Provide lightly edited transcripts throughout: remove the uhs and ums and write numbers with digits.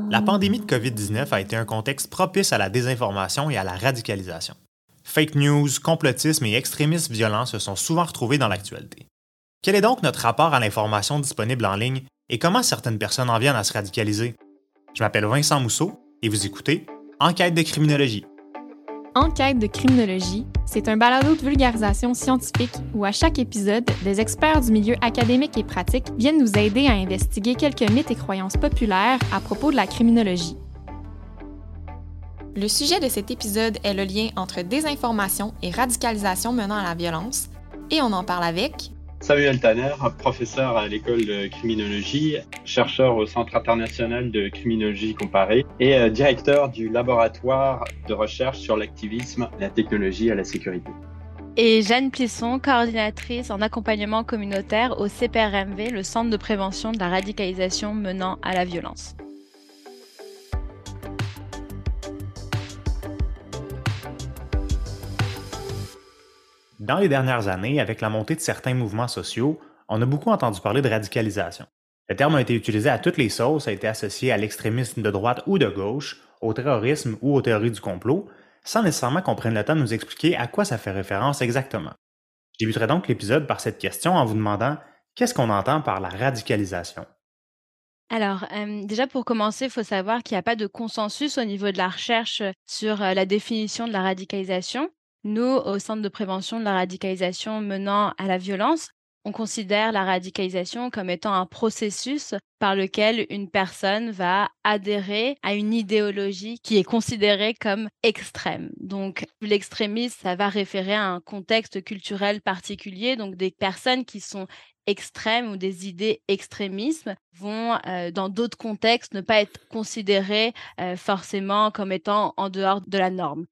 La pandémie de COVID-19 a été un contexte propice à la désinformation et à la radicalisation. Fake news, complotisme et extrémismes violents se sont souvent retrouvés dans l'actualité. Quel est donc notre rapport à l'information disponible en ligne et comment certaines personnes en viennent à se radicaliser? Je m'appelle Vincent Mousseau et vous écoutez Enquête de criminologie. Enquête de criminologie, c'est un balado de vulgarisation scientifique où à chaque épisode, des experts du milieu académique et pratique viennent nous aider à investiguer quelques mythes et croyances populaires à propos de la criminologie. Le sujet de cet épisode est le lien entre désinformation et radicalisation menant à la violence, et on en parle avec Samuel Tanner, professeur à l'école de criminologie, chercheur au Centre international de criminologie comparée et directeur du laboratoire de recherche sur l'activisme, la technologie et la sécurité. Et Jeanne Plisson, coordinatrice en accompagnement communautaire au CPRMV, le Centre de prévention de la radicalisation menant à la violence. Dans les dernières années, avec la montée de certains mouvements sociaux, on a beaucoup entendu parler de radicalisation. Le terme a été utilisé à toutes les sauces, a été associé à l'extrémisme de droite ou de gauche, au terrorisme ou aux théories du complot, sans nécessairement qu'on prenne le temps de nous expliquer à quoi ça fait référence exactement. Je débuterai donc l'épisode par cette question en vous demandant qu'est-ce qu'on entend par la radicalisation? Alors, déjà pour commencer, il faut savoir qu'il n'y a pas de consensus au niveau de la recherche sur la définition de la radicalisation. Nous, au Centre de prévention de la radicalisation menant à la violence, on considère la radicalisation comme étant un processus par lequel une personne va adhérer à une idéologie qui est considérée comme extrême. Donc, l'extrémisme, ça va référer à un contexte culturel particulier, donc des personnes qui sont extrêmes ou des idées extrémismes vont, dans d'autres contextes, ne pas être considérées forcément comme étant en dehors de la norme.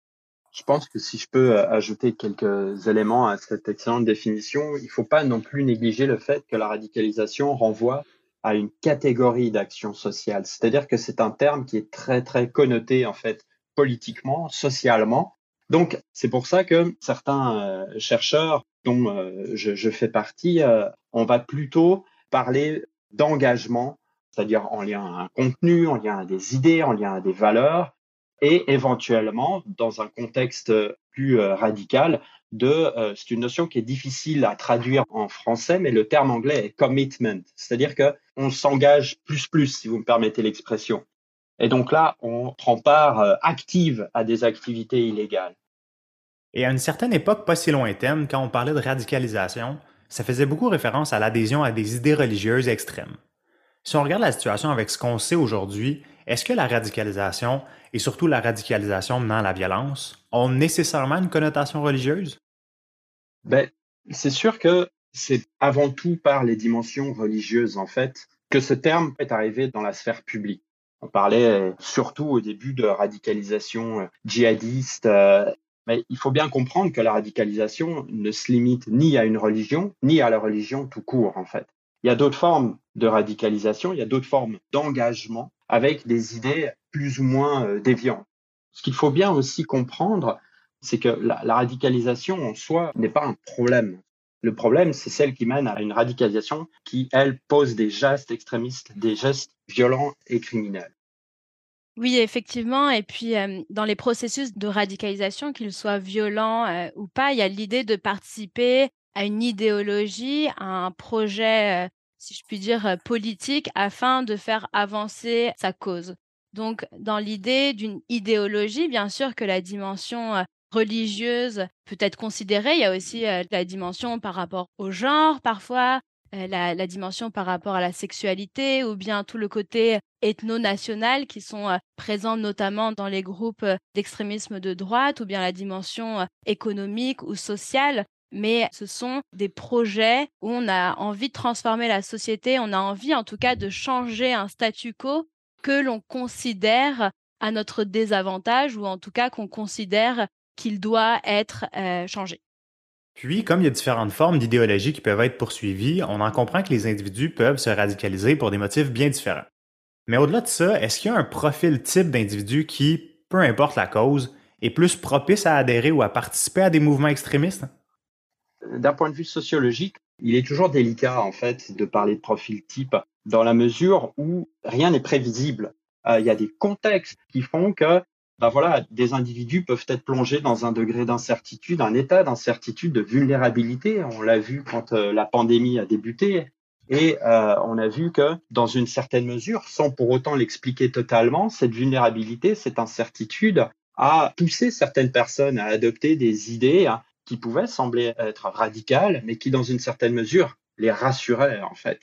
Je pense que si je peux ajouter quelques éléments à cette excellente définition, il ne faut pas non plus négliger le fait que la radicalisation renvoie à une catégorie d'action sociale. C'est-à-dire que c'est un terme qui est très, très connoté, en fait, politiquement, socialement. Donc, c'est pour ça que certains chercheurs, dont je fais partie, on va plutôt parler d'engagement, c'est-à-dire en lien à un contenu, en lien à des idées, en lien à des valeurs, et éventuellement, dans un contexte plus radical, c'est une notion qui est difficile à traduire en français, mais le terme anglais est commitment, c'est-à-dire qu'on s'engage plus, si vous me permettez l'expression. Et donc là, on prend part active à des activités illégales. Et à une certaine époque pas si lointaine, quand on parlait de radicalisation, ça faisait beaucoup référence à l'adhésion à des idées religieuses extrêmes. Si on regarde la situation avec ce qu'on sait aujourd'hui, est-ce que la radicalisation, et surtout la radicalisation menant à la violence, ont nécessairement une connotation religieuse? Ben, c'est sûr que c'est avant tout par les dimensions religieuses, en fait, que ce terme est arrivé dans la sphère publique. On parlait surtout au début de radicalisation djihadiste, mais il faut bien comprendre que la radicalisation ne se limite ni à une religion, ni à la religion tout court, en fait. Il y a d'autres formes de radicalisation, il y a d'autres formes d'engagement avec des idées plus ou moins déviantes. Ce qu'il faut bien aussi comprendre, c'est que la radicalisation en soi n'est pas un problème. Le problème, c'est celle qui mène à une radicalisation qui, elle, pose des gestes extrémistes, des gestes violents et criminels. Oui, effectivement. Et puis, dans les processus de radicalisation, qu'ils soient violents, ou pas, il y a l'idée de participer à une idéologie, à un projet, si je puis dire, politique afin de faire avancer sa cause. Donc, dans l'idée d'une idéologie, bien sûr que la dimension, religieuse peut être considérée. Il y a aussi, la dimension par rapport au genre parfois, la dimension par rapport à la sexualité ou bien tout le côté ethno-national qui sont, présents notamment dans les groupes, d'extrémisme de droite ou bien la dimension, économique ou sociale. Mais ce sont des projets où on a envie de transformer la société, on a envie en tout cas de changer un statu quo que l'on considère à notre désavantage ou en tout cas qu'on considère qu'il doit être, changé. Puis, comme il y a différentes formes d'idéologie qui peuvent être poursuivies, on en comprend que les individus peuvent se radicaliser pour des motifs bien différents. Mais au-delà de ça, est-ce qu'il y a un profil type d'individu qui, peu importe la cause, est plus propice à adhérer ou à participer à des mouvements extrémistes? D'un point de vue sociologique, il est toujours délicat, en fait, de parler de profil type dans la mesure où rien n'est prévisible. il y a des contextes qui font que voilà, des individus peuvent être plongés dans un degré d'incertitude, un état d'incertitude, de vulnérabilité. On l'a vu quand la pandémie a débuté. Et on a vu que, dans une certaine mesure, sans pour autant l'expliquer totalement, cette vulnérabilité, cette incertitude a poussé certaines personnes à adopter des idées qui pouvaient sembler être radicales, mais qui, dans une certaine mesure, les rassuraient, en fait.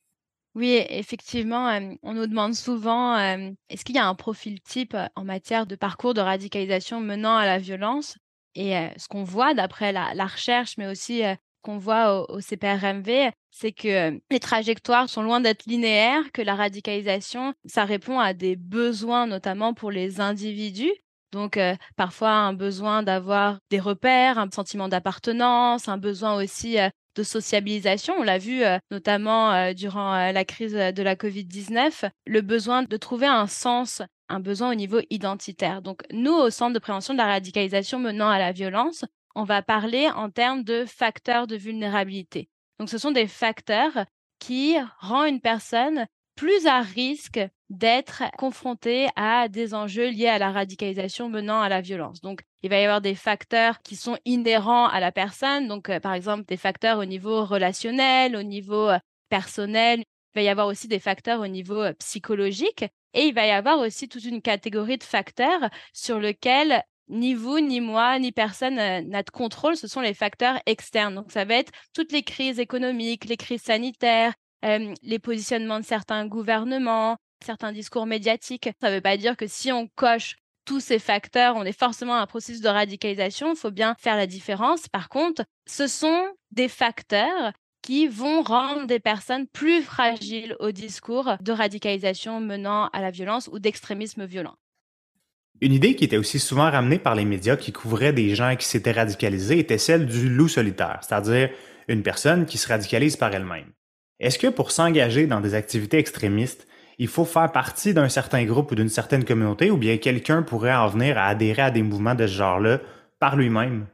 Oui, effectivement, on nous demande souvent, est-ce qu'il y a un profil type, en matière de parcours de radicalisation menant à la violence? Et ce qu'on voit d'après la recherche, mais aussi, qu'on voit au CPRMV, c'est que, les trajectoires sont loin d'être linéaires, que la radicalisation, ça répond à des besoins, notamment pour les individus. Donc, parfois un besoin d'avoir des repères, un sentiment d'appartenance, un besoin aussi, de sociabilisation. On l'a vu, notamment, durant, la crise, de la Covid-19, le besoin de trouver un sens, un besoin au niveau identitaire. Donc nous, au Centre de prévention de la radicalisation menant à la violence, on va parler en termes de facteurs de vulnérabilité. Donc ce sont des facteurs qui rendent une personne plus à risque d'être confrontée à des enjeux liés à la radicalisation menant à la violence. Donc il va y avoir des facteurs qui sont inhérents à la personne, donc par exemple des facteurs au niveau relationnel, au niveau, personnel. Il va y avoir aussi des facteurs au niveau, psychologique et il va y avoir aussi toute une catégorie de facteurs sur lequel ni vous, ni moi, ni personne, n'a de contrôle. Ce sont les facteurs externes. Donc ça va être toutes les crises économiques, les crises sanitaires, les positionnements de certains gouvernements, certains discours médiatiques. Ça ne veut pas dire que si on coche tous ces facteurs, on est forcément un processus de radicalisation, il faut bien faire la différence. Par contre, ce sont des facteurs qui vont rendre des personnes plus fragiles au discours de radicalisation menant à la violence ou d'extrémisme violent. Une idée qui était aussi souvent ramenée par les médias qui couvraient des gens qui s'étaient radicalisés était celle du loup solitaire, c'est-à-dire une personne qui se radicalise par elle-même. Est-ce que pour s'engager dans des activités extrémistes, il faut faire partie d'un certain groupe ou d'une certaine communauté, ou bien quelqu'un pourrait en venir à adhérer à des mouvements de ce genre-là par lui-même?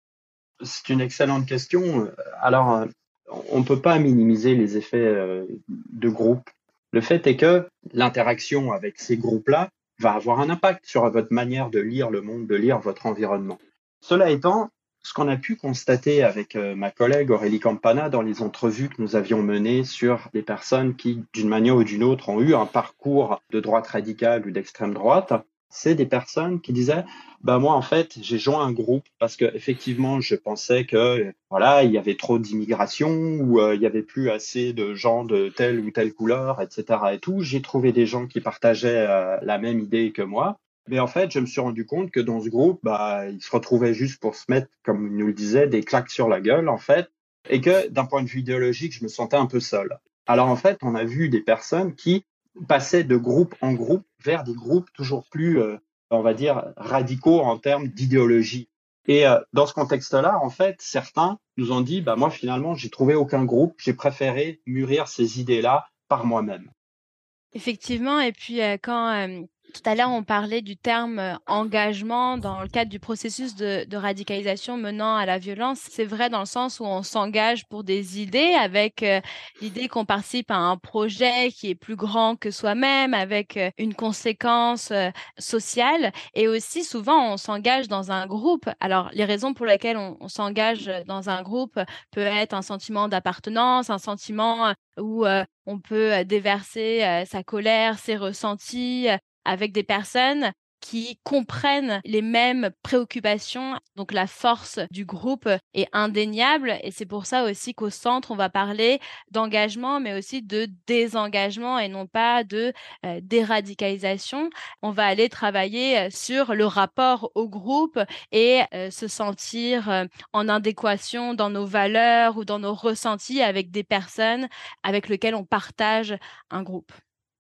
C'est une excellente question. Alors, on ne peut pas minimiser les effets de groupe. Le fait est que l'interaction avec ces groupes-là va avoir un impact sur votre manière de lire le monde, de lire votre environnement. Cela étant, ce qu'on a pu constater avec ma collègue Aurélie Campana dans les entrevues que nous avions menées sur des personnes qui, d'une manière ou d'une autre, ont eu un parcours de droite radicale ou d'extrême droite, c'est des personnes qui disaient moi en fait j'ai joint un groupe parce que effectivement je pensais que voilà il y avait trop d'immigration ou il y avait plus assez de gens de telle ou telle couleur, etc. et tout. J'ai trouvé des gens qui partageaient la même idée que moi, mais en fait je me suis rendu compte que dans ce groupe ils se retrouvaient juste pour se mettre, comme il nous le disait, des claques sur la gueule en fait, et que d'un point de vue idéologique je me sentais un peu seul. Alors en fait on a vu des personnes qui passaient de groupe en groupe vers des groupes toujours plus, on va dire, radicaux en termes d'idéologie. Et dans ce contexte-là, en fait, certains nous ont dit, moi finalement, j'ai trouvé aucun groupe, j'ai préféré mûrir ces idées-là par moi-même. Effectivement et puis, quand, tout à l'heure on parlait du terme, engagement dans le cadre du processus de radicalisation menant à la violence. C'est vrai dans le sens où on s'engage pour des idées avec, l'idée qu'on participe à un projet qui est plus grand que soi-même, avec, une conséquence, sociale et aussi souvent on s'engage dans un groupe. Alors les raisons pour lesquelles on s'engage, dans un groupe peut être un sentiment d'appartenance, un sentiment, où, on peut, déverser, sa colère, ses ressentis, avec des personnes qui comprennent les mêmes préoccupations. Donc la force du groupe est indéniable et c'est pour ça aussi qu'au centre, on va parler d'engagement, mais aussi de désengagement et non pas de, déradicalisation. On va aller travailler, sur le rapport au groupe et se sentir, en adéquation dans nos valeurs ou dans nos ressentis avec des personnes avec lesquelles on partage un groupe.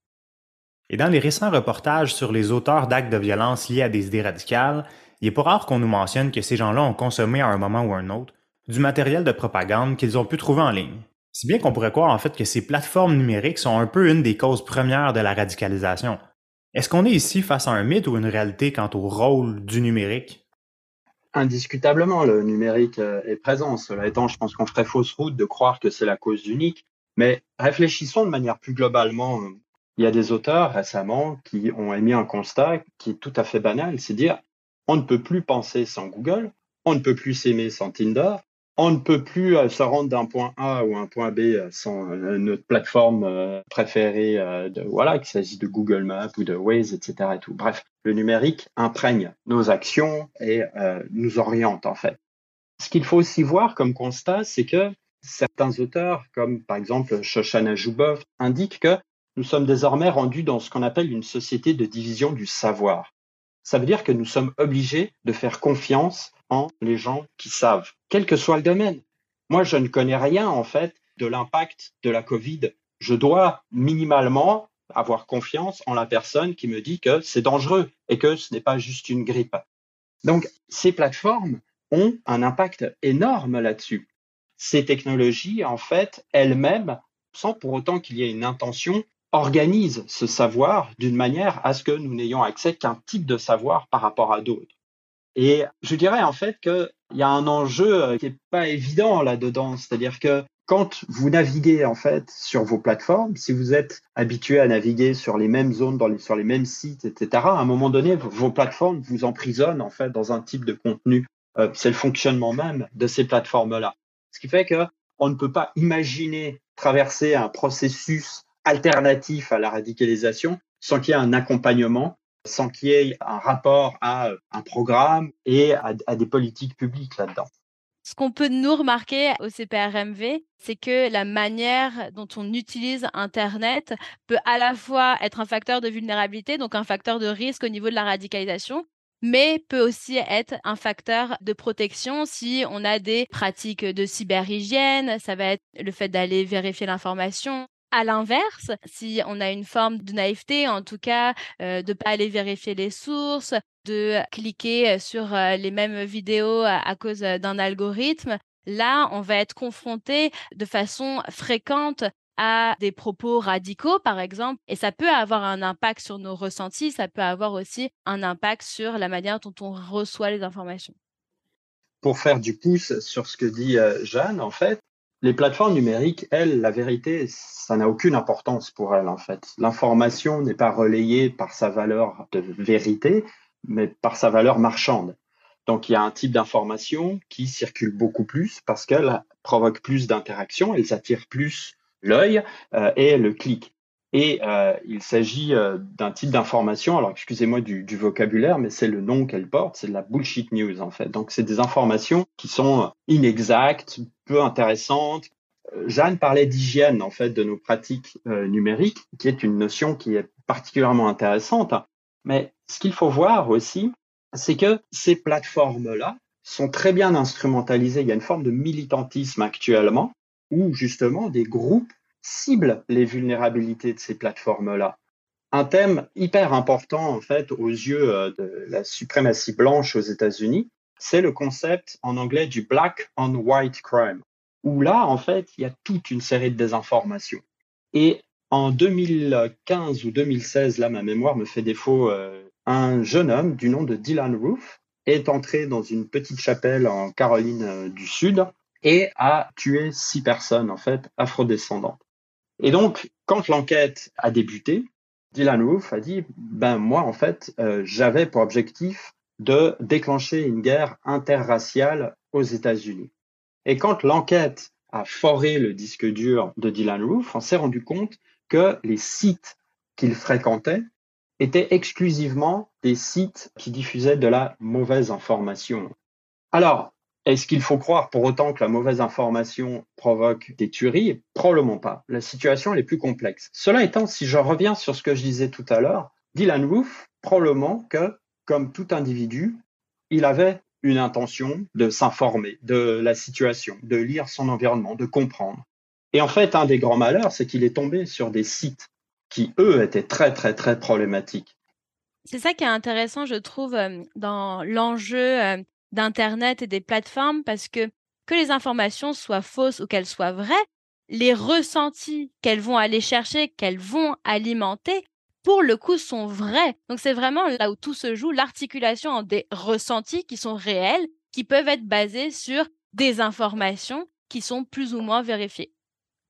Et dans les récents reportages sur les auteurs d'actes de violence liés à des idées radicales, il n'est pas rare qu'on nous mentionne que ces gens-là ont consommé à un moment ou un autre du matériel de propagande qu'ils ont pu trouver en ligne. Si bien qu'on pourrait croire en fait que ces plateformes numériques sont un peu une des causes premières de la radicalisation. Est-ce qu'on est ici face à un mythe ou une réalité quant au rôle du numérique? Indiscutablement, le numérique est présent. Cela étant, je pense qu'on ferait fausse route de croire que c'est la cause unique. Mais réfléchissons de manière plus globalement Il y a des auteurs récemment qui ont émis un constat qui est tout à fait banal, c'est dire on ne peut plus penser sans Google, on ne peut plus s'aimer sans Tinder, on ne peut plus se rendre d'un point A ou un point B sans notre plateforme préférée, qu'il s'agisse de Google Maps ou de Waze, etc. Et tout. Bref, le numérique imprègne nos actions et nous oriente en fait. Ce qu'il faut aussi voir comme constat, c'est que certains auteurs, comme par exemple Shoshana Zuboff, indiquent que nous sommes désormais rendus dans ce qu'on appelle une société de division du savoir. Ça veut dire que nous sommes obligés de faire confiance en les gens qui savent, quel que soit le domaine. Moi, je ne connais rien, en fait, de l'impact de la Covid. Je dois minimalement avoir confiance en la personne qui me dit que c'est dangereux et que ce n'est pas juste une grippe. Donc, ces plateformes ont un impact énorme là-dessus. Ces technologies, en fait, elles-mêmes, sans pour autant qu'il y ait une intention, organisent ce savoir d'une manière à ce que nous n'ayons accès qu'à un type de savoir par rapport à d'autres. Et je dirais en fait qu'il y a un enjeu qui n'est pas évident là-dedans, c'est-à-dire que quand vous naviguez en fait sur vos plateformes, si vous êtes habitué à naviguer sur les mêmes zones, sur les mêmes sites, etc., à un moment donné, vos plateformes vous emprisonnent en fait dans un type de contenu. C'est le fonctionnement même de ces plateformes-là. Ce qui fait qu'on ne peut pas imaginer traverser un processus alternatif à la radicalisation sans qu'il y ait un accompagnement, sans qu'il y ait un rapport à un programme et à des politiques publiques là-dedans. Ce qu'on peut nous remarquer au CPRMV, c'est que la manière dont on utilise Internet peut à la fois être un facteur de vulnérabilité, donc un facteur de risque au niveau de la radicalisation, mais peut aussi être un facteur de protection si on a des pratiques de cyberhygiène, ça va être le fait d'aller vérifier l'information. À l'inverse, si on a une forme de naïveté, en tout cas, de pas aller vérifier les sources, de cliquer sur les mêmes vidéos à cause d'un algorithme, là, on va être confronté de façon fréquente à des propos radicaux, par exemple, et ça peut avoir un impact sur nos ressentis, ça peut avoir aussi un impact sur la manière dont on reçoit les informations. Pour faire du pouce sur ce que dit Jeanne, en fait, les plateformes numériques, elles, la vérité, ça n'a aucune importance pour elles, en fait. L'information n'est pas relayée par sa valeur de vérité, mais par sa valeur marchande. Donc, il y a un type d'information qui circule beaucoup plus parce qu'elle provoque plus d'interactions, elle attire plus l'œil et le clic. Et il s'agit d'un type d'information, alors excusez-moi du vocabulaire, mais c'est le nom qu'elle porte, c'est de la bullshit news en fait. Donc c'est des informations qui sont inexactes, peu intéressantes. Jeanne parlait d'hygiène en fait de nos pratiques numériques, qui est une notion qui est particulièrement intéressante. Mais ce qu'il faut voir aussi, c'est que ces plateformes-là sont très bien instrumentalisées. Il y a une forme de militantisme actuellement où justement des groupes ciblent les vulnérabilités de ces plateformes-là. Un thème hyper important en fait aux yeux de la suprématie blanche aux États-Unis, c'est le concept en anglais du black on white crime, où là en fait il y a toute une série de désinformations. Et en 2015 ou 2016, là ma mémoire me fait défaut, un jeune homme du nom de Dylan Roof est entré dans une petite chapelle en Caroline du Sud et a tué 6 personnes en fait afrodescendantes. Et donc, quand l'enquête a débuté, Dylan Roof a dit moi, en fait, j'avais pour objectif de déclencher une guerre interraciale aux États-Unis. Et quand l'enquête a foré le disque dur de Dylan Roof, on s'est rendu compte que les sites qu'il fréquentait étaient exclusivement des sites qui diffusaient de la mauvaise information. Alors, est-ce qu'il faut croire pour autant que la mauvaise information provoque des tueries? Probablement pas. La situation elle est plus complexe. Cela étant, si je reviens sur ce que je disais tout à l'heure, Dylan Roof, probablement que, comme tout individu, il avait une intention de s'informer de la situation, de lire son environnement, de comprendre. Et en fait, un des grands malheurs, c'est qu'il est tombé sur des sites qui, eux, étaient très, très, très problématiques. C'est ça qui est intéressant, je trouve, dans l'enjeu d'Internet et des plateformes, parce que les informations soient fausses ou qu'elles soient vraies, les ressentis qu'elles vont aller chercher, qu'elles vont alimenter, pour le coup, sont vrais. Donc c'est vraiment là où tout se joue, l'articulation entre des ressentis qui sont réels, qui peuvent être basés sur des informations qui sont plus ou moins vérifiées.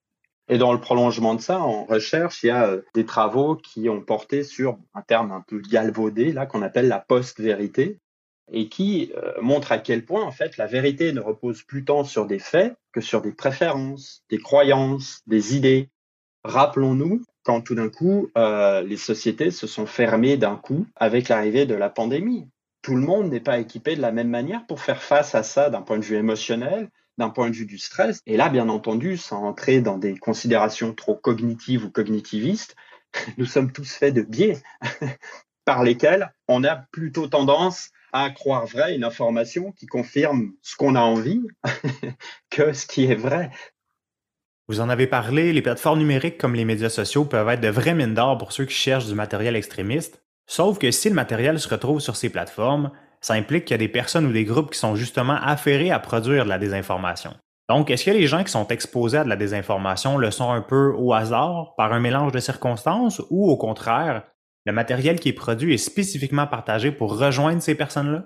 Et dans le prolongement de ça, en recherche, il y a des travaux qui ont porté sur un terme un peu galvaudé, là, qu'on appelle la post-vérité, et qui montre à quel point, en fait, la vérité ne repose plus tant sur des faits que sur des préférences, des croyances, des idées. Rappelons-nous quand tout d'un coup, les sociétés se sont fermées d'un coup avec l'arrivée de la pandémie. Tout le monde n'est pas équipé de la même manière pour faire face à ça d'un point de vue émotionnel, d'un point de vue du stress. Et là, bien entendu, sans entrer dans des considérations trop cognitives ou cognitivistes, nous sommes tous faits de biais par lesquels on a plutôt tendance à croire vrai une information qui confirme ce qu'on a envie que ce qui est vrai. Vous en avez parlé, les plateformes numériques comme les médias sociaux peuvent être de vraies mines d'or pour ceux qui cherchent du matériel extrémiste, sauf que si le matériel se retrouve sur ces plateformes, ça implique qu'il y a des personnes ou des groupes qui sont justement affairés à produire de la désinformation. Donc, est-ce que les gens qui sont exposés à de la désinformation le sont un peu au hasard, par un mélange de circonstances, ou au contraire, le matériel qui est produit est spécifiquement partagé pour rejoindre ces personnes-là?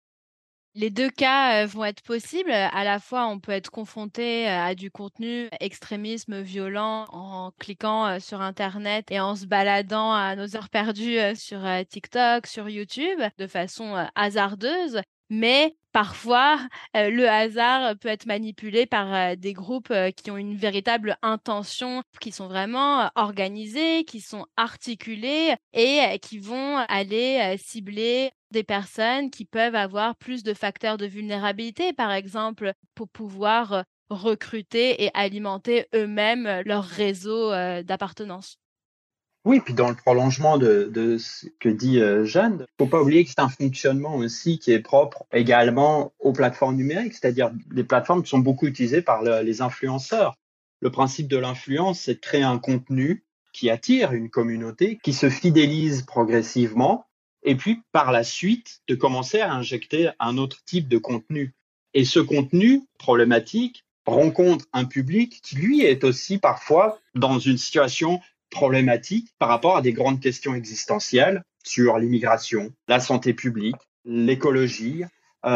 Les 2 cas, vont être possibles. À la fois, on peut être confronté, à du contenu extrémisme violent en cliquant, sur internet et en se baladant à nos heures perdues, sur, TikTok, sur YouTube, de façon, hasardeuse. Mais parfois, le hasard peut être manipulé par, des groupes, qui ont une véritable intention, qui sont vraiment, organisés, qui sont articulés et qui vont aller, cibler des personnes qui peuvent avoir plus de facteurs de vulnérabilité, par exemple, pour pouvoir, recruter et alimenter eux-mêmes, leur réseau, d'appartenance. Oui, puis dans le prolongement de ce que dit Jeanne, il ne faut pas oublier que c'est un fonctionnement aussi qui est propre également aux plateformes numériques, c'est-à-dire des plateformes qui sont beaucoup utilisées par les influenceurs. Le principe de l'influence, c'est de créer un contenu qui attire une communauté, qui se fidélise progressivement, et puis par la suite de commencer à injecter un autre type de contenu. Et ce contenu problématique rencontre un public qui, lui, est aussi parfois dans une situation problématique par rapport à des grandes questions existentielles sur l'immigration, la santé publique, l'écologie,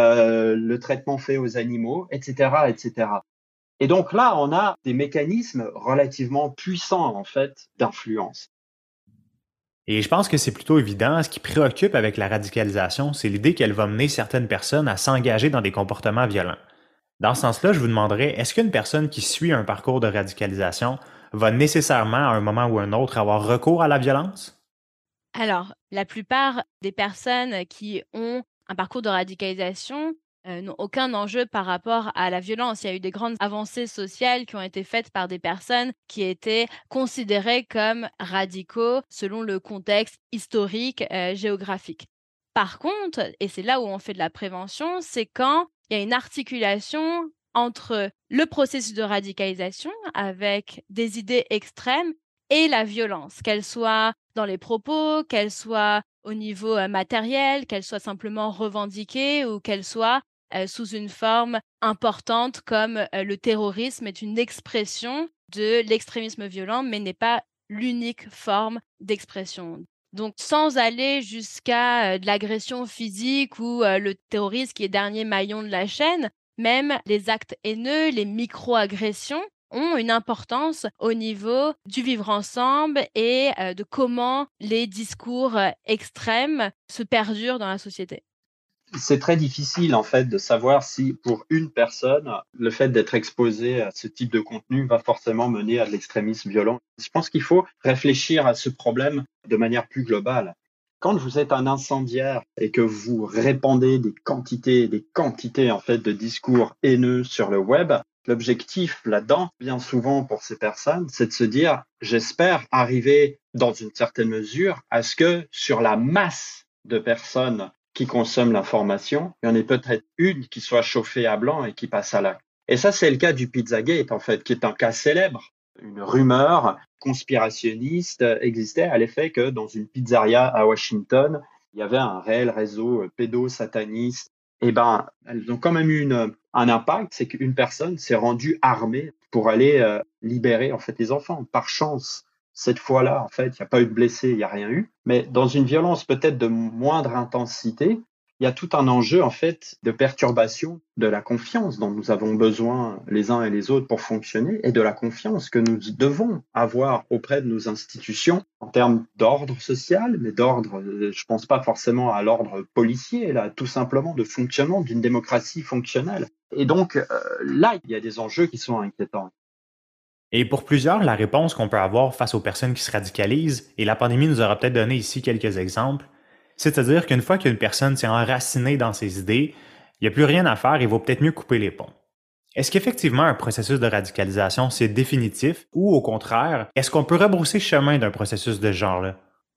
le traitement fait aux animaux, etc., etc. Et donc là, on a des mécanismes relativement puissants, en fait, d'influence. Et je pense que c'est plutôt évident, ce qui préoccupe avec la radicalisation, c'est l'idée qu'elle va mener certaines personnes à s'engager dans des comportements violents. Dans ce sens-là, je vous demanderais, est-ce qu'une personne qui suit un parcours de radicalisation va nécessairement, à un moment ou un autre, avoir recours à la violence? Alors, la plupart des personnes qui ont un parcours de radicalisation, n'ont aucun enjeu par rapport à la violence. Il y a eu des grandes avancées sociales qui ont été faites par des personnes qui étaient considérées comme radicaux selon le contexte historique, géographique. Par contre, et c'est là où on fait de la prévention, c'est quand il y a une articulation entre le processus de radicalisation avec des idées extrêmes et la violence, qu'elle soit dans les propos, qu'elle soit au niveau, matériel, qu'elle soit simplement revendiquée ou qu'elle soit, sous une forme importante comme, le terrorisme est une expression de l'extrémisme violent, mais n'est pas l'unique forme d'expression. Donc sans aller jusqu'à, de l'agression physique ou, le terrorisme qui est dernier maillon de la chaîne, même les actes haineux, les micro-agressions ont une importance au niveau du vivre ensemble et de comment les discours, extrêmes se perdurent dans la société. C'est très difficile, en fait, de savoir si, pour une personne, le fait d'être exposé à ce type de contenu va forcément mener à de l'extrémisme violent. Je pense qu'il faut réfléchir à ce problème de manière plus globale. Quand vous êtes un incendiaire et que vous répandez des quantités, en fait, de discours haineux sur le web, l'objectif là-dedans, bien souvent pour ces personnes, c'est de se dire, j'espère arriver dans une certaine mesure à ce que sur la masse de personnes qui consomment l'information, il y en ait peut-être une qui soit chauffée à blanc et qui passe à l'acte. Et ça, c'est le cas du Pizzagate, en fait, qui est un cas célèbre. Une rumeur conspirationniste existait à l'effet que dans une pizzeria à Washington, il y avait un réel réseau pédosataniste. Eh ben, elles ont quand même eu un impact, c'est qu'une personne s'est rendue armée pour aller libérer en fait les enfants. Par chance, cette fois-là, en fait, il n'y a pas eu de blessés, il n'y a rien eu. Mais dans une violence peut-être de moindre intensité, il y a tout un enjeu en fait de perturbation de la confiance dont nous avons besoin les uns et les autres pour fonctionner et de la confiance que nous devons avoir auprès de nos institutions en termes d'ordre social, mais d'ordre, je pense pas forcément à l'ordre policier, là, tout simplement de fonctionnement d'une démocratie fonctionnelle. Et donc là, il y a des enjeux qui sont inquiétants. Et pour plusieurs, la réponse qu'on peut avoir face aux personnes qui se radicalisent, et la pandémie nous aura peut-être donné ici quelques exemples, c'est-à-dire qu'une fois qu'une personne s'est enracinée dans ses idées, il n'y a plus rien à faire et il vaut peut-être mieux couper les ponts. Est-ce qu'effectivement un processus de radicalisation c'est définitif ou au contraire, est-ce qu'on peut rebrousser chemin d'un processus de ce genre-là?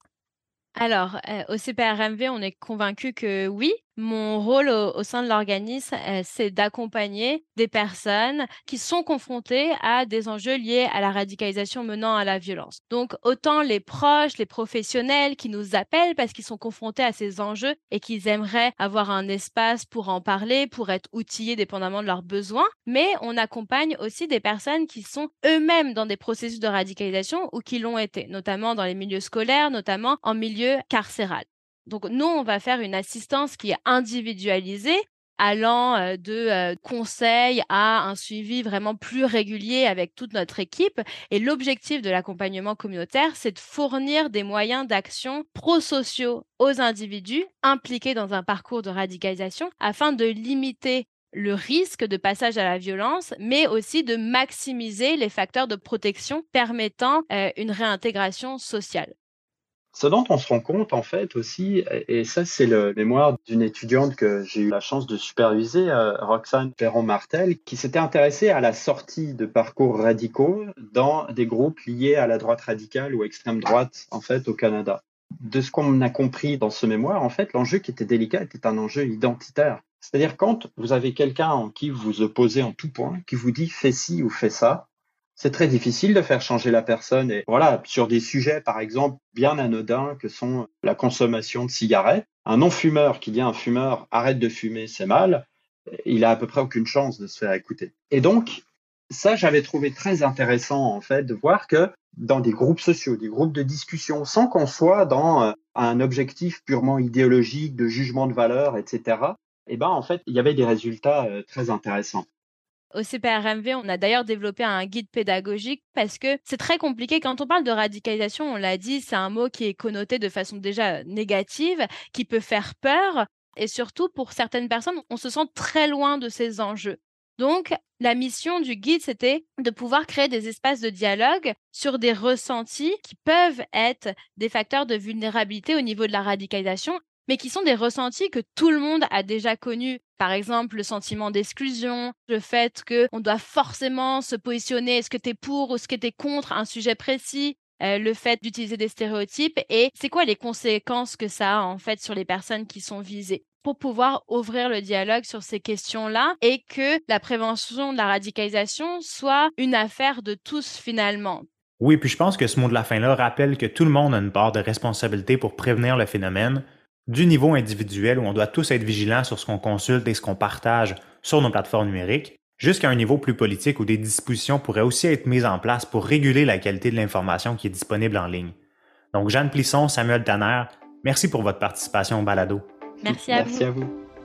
Alors, au CPRMV, on est convaincu que oui. Mon rôle au sein de l'organisme, c'est d'accompagner des personnes qui sont confrontées à des enjeux liés à la radicalisation menant à la violence. Donc, autant les proches, les professionnels qui nous appellent parce qu'ils sont confrontés à ces enjeux et qu'ils aimeraient avoir un espace pour en parler, pour être outillés dépendamment de leurs besoins, mais on accompagne aussi des personnes qui sont eux-mêmes dans des processus de radicalisation ou qui l'ont été, notamment dans les milieux scolaires, notamment en milieu carcéral. Donc nous, on va faire une assistance qui est individualisée, allant de conseils à un suivi vraiment plus régulier avec toute notre équipe. Et l'objectif de l'accompagnement communautaire, c'est de fournir des moyens d'action prosociaux aux individus impliqués dans un parcours de radicalisation afin de limiter le risque de passage à la violence, mais aussi de maximiser les facteurs de protection permettant une réintégration sociale. Ce dont on se rend compte en fait aussi, et ça c'est le mémoire d'une étudiante que j'ai eu la chance de superviser, Roxane Perron-Martel, qui s'était intéressée à la sortie de parcours radicaux dans des groupes liés à la droite radicale ou extrême droite en fait au Canada. De ce qu'on a compris dans ce mémoire, en fait, l'enjeu qui était délicat était un enjeu identitaire. C'est-à-dire quand vous avez quelqu'un en qui vous vous opposez en tout point, qui vous dit fais ci ou fais ça, c'est très difficile de faire changer la personne. Et voilà, sur des sujets, par exemple, bien anodins que sont la consommation de cigarettes, un non-fumeur qui dit à un fumeur « arrête de fumer, c'est mal », il a à peu près aucune chance de se faire écouter. Et donc, ça, j'avais trouvé très intéressant, en fait, de voir que dans des groupes sociaux, des groupes de discussion, sans qu'on soit dans un objectif purement idéologique, de jugement de valeur, etc., eh ben, en fait, il y avait des résultats très intéressants. Au CPRMV, on a d'ailleurs développé un guide pédagogique parce que c'est très compliqué. Quand on parle de radicalisation, on l'a dit, c'est un mot qui est connoté de façon déjà négative, qui peut faire peur. Et surtout, pour certaines personnes, on se sent très loin de ces enjeux. Donc, la mission du guide, c'était de pouvoir créer des espaces de dialogue sur des ressentis qui peuvent être des facteurs de vulnérabilité au niveau de la radicalisation, mais qui sont des ressentis que tout le monde a déjà connus. Par exemple, le sentiment d'exclusion, le fait qu'on doit forcément se positionner, est-ce que tu es pour ou est-ce que tu es contre un sujet précis, le fait d'utiliser des stéréotypes et c'est quoi les conséquences que ça a en fait sur les personnes qui sont visées pour pouvoir ouvrir le dialogue sur ces questions-là et que la prévention de la radicalisation soit une affaire de tous finalement. Oui, puis je pense que ce mot de la fin-là rappelle que tout le monde a une part de responsabilité pour prévenir le phénomène, du niveau individuel où on doit tous être vigilants sur ce qu'on consulte et ce qu'on partage sur nos plateformes numériques, jusqu'à un niveau plus politique où des dispositions pourraient aussi être mises en place pour réguler la qualité de l'information qui est disponible en ligne. Donc Jeanne Plisson, Samuel Tanner, merci pour votre participation au balado. Merci à vous.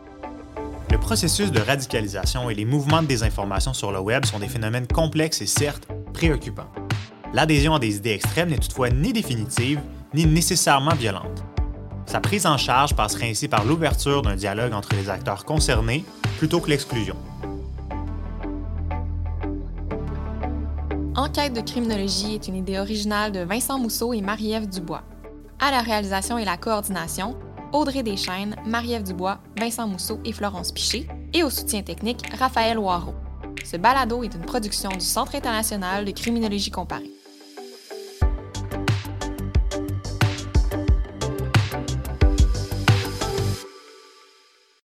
Le processus de radicalisation et les mouvements de désinformation sur le web sont des phénomènes complexes et certes préoccupants. L'adhésion à des idées extrêmes n'est toutefois ni définitive, ni nécessairement violente. Sa prise en charge passerait ainsi par l'ouverture d'un dialogue entre les acteurs concernés plutôt que l'exclusion. Enquête de criminologie est une idée originale de Vincent Mousseau et Marie-Ève Dubois. À la réalisation et la coordination, Audrey Deschênes, Marie-Ève Dubois, Vincent Mousseau et Florence Piché, et au soutien technique, Raphaël Waro. Ce balado est une production du Centre international de criminologie comparée.